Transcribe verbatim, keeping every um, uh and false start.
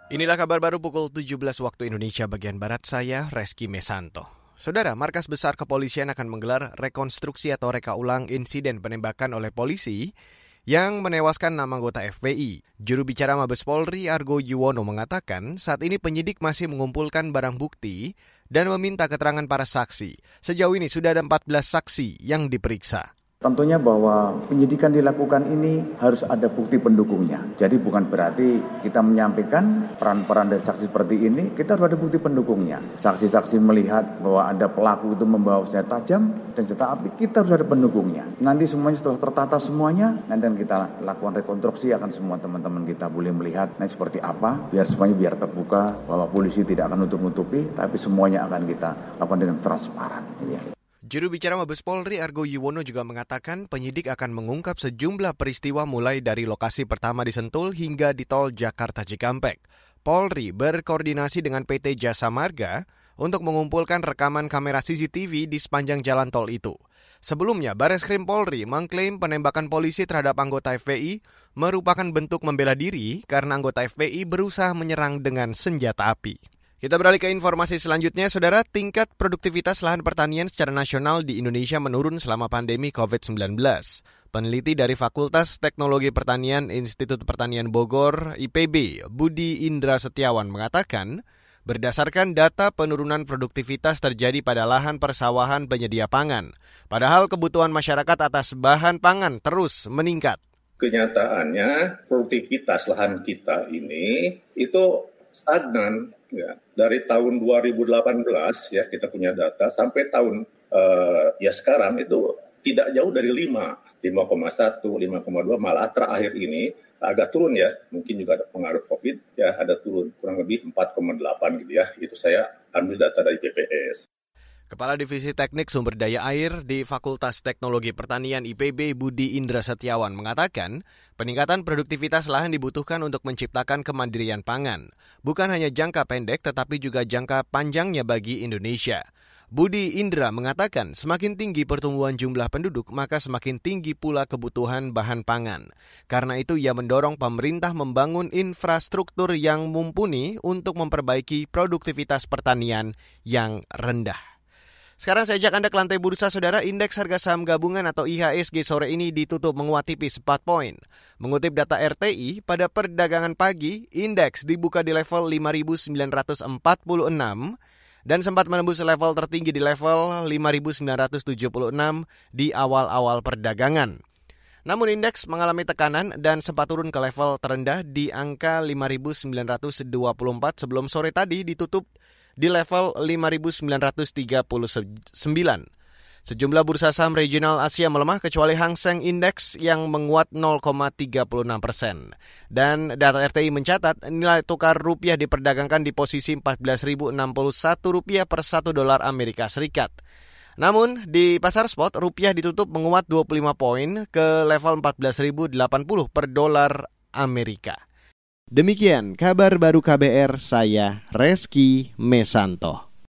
Inilah kabar baru pukul tujuh belas waktu Indonesia bagian Barat, saya Reski Mesanto. Saudara, Markas Besar Kepolisian akan menggelar rekonstruksi atau reka ulang insiden penembakan oleh polisi yang menewaskan enam anggota F B I. Juru bicara Mabes Polri Argo Yuwono mengatakan saat ini penyidik masih mengumpulkan barang bukti dan meminta keterangan para saksi. Sejauh ini sudah ada empat belas saksi yang diperiksa. Tentunya bahwa penyidikan dilakukan ini harus ada bukti pendukungnya. Jadi bukan berarti kita menyampaikan peran-peran dari saksi seperti ini, kita harus ada bukti pendukungnya. Saksi-saksi melihat bahwa ada pelaku itu membawa senjata tajam dan senjata api, kita harus ada pendukungnya. Nanti semuanya setelah tertata semuanya, nanti akan kita lakukan rekonstruksi, akan semua teman-teman kita boleh melihat nah seperti apa, biar semuanya biar terbuka, bahwa polisi tidak akan nutup-nutupi, tapi semuanya akan kita lakukan dengan transparan. Ya. Juru bicara Mabes Polri Argo Yuwono juga mengatakan penyidik akan mengungkap sejumlah peristiwa mulai dari lokasi pertama di Sentul hingga di tol Jakarta Cikampek. Polri berkoordinasi dengan P T Jasa Marga untuk mengumpulkan rekaman kamera C C T V di sepanjang jalan tol itu. Sebelumnya, Bareskrim Polri mengklaim penembakan polisi terhadap anggota F B I merupakan bentuk membela diri karena anggota F B I berusaha menyerang dengan senjata api. Kita beralih ke informasi selanjutnya, Saudara. Tingkat produktivitas lahan pertanian secara nasional di Indonesia menurun selama pandemi covid sembilan belas. Peneliti dari Fakultas Teknologi Pertanian Institut Pertanian Bogor, I P B, Budi Indra Setiawan mengatakan, berdasarkan data penurunan produktivitas terjadi pada lahan persawahan penyedia pangan. Padahal kebutuhan masyarakat atas bahan pangan terus meningkat. Kenyataannya, produktivitas lahan kita ini itu stagnan. Ya, dari tahun dua ribu delapan belas ya kita punya data sampai tahun uh, ya sekarang itu tidak jauh dari lima, lima koma satu, lima koma dua, malah terakhir ini agak turun ya, mungkin juga ada pengaruh Covid ya, ada turun kurang lebih empat koma delapan gitu ya. Itu saya ambil data dari B P S. Kepala Divisi Teknik Sumber Daya Air di Fakultas Teknologi Pertanian I P B Budi Indra Setiawan mengatakan, peningkatan produktivitas lahan dibutuhkan untuk menciptakan kemandirian pangan. Bukan hanya jangka pendek tetapi juga jangka panjangnya bagi Indonesia. Budi Indra mengatakan semakin tinggi pertumbuhan jumlah penduduk maka semakin tinggi pula kebutuhan bahan pangan. Karena itu ia mendorong pemerintah membangun infrastruktur yang mumpuni untuk memperbaiki produktivitas pertanian yang rendah. Sekarang saya ajak Anda ke lantai bursa, Saudara. Indeks harga saham gabungan atau I H S G sore ini ditutup menguat tipis empat poin. Mengutip data R T I, pada perdagangan pagi, indeks dibuka di level lima ribu sembilan ratus empat puluh enam dan sempat menembus level tertinggi di level lima ribu sembilan ratus tujuh puluh enam di awal-awal perdagangan. Namun indeks mengalami tekanan dan sempat turun ke level terendah di angka lima ribu sembilan ratus dua puluh empat sebelum sore tadi ditutup di level lima ribu sembilan ratus tiga puluh sembilan. Sejumlah bursa saham regional Asia melemah kecuali Hang Seng Index yang menguat nol koma tiga enam persen. Dan data R T I mencatat nilai tukar rupiah diperdagangkan di posisi empat belas ribu enam puluh satu rupiah per satu dolar Amerika Serikat. Namun di pasar spot rupiah ditutup menguat dua puluh lima poin ke level empat belas ribu delapan puluh per dolar Amerika. Demikian kabar baru K B R, saya Reski Mesanto.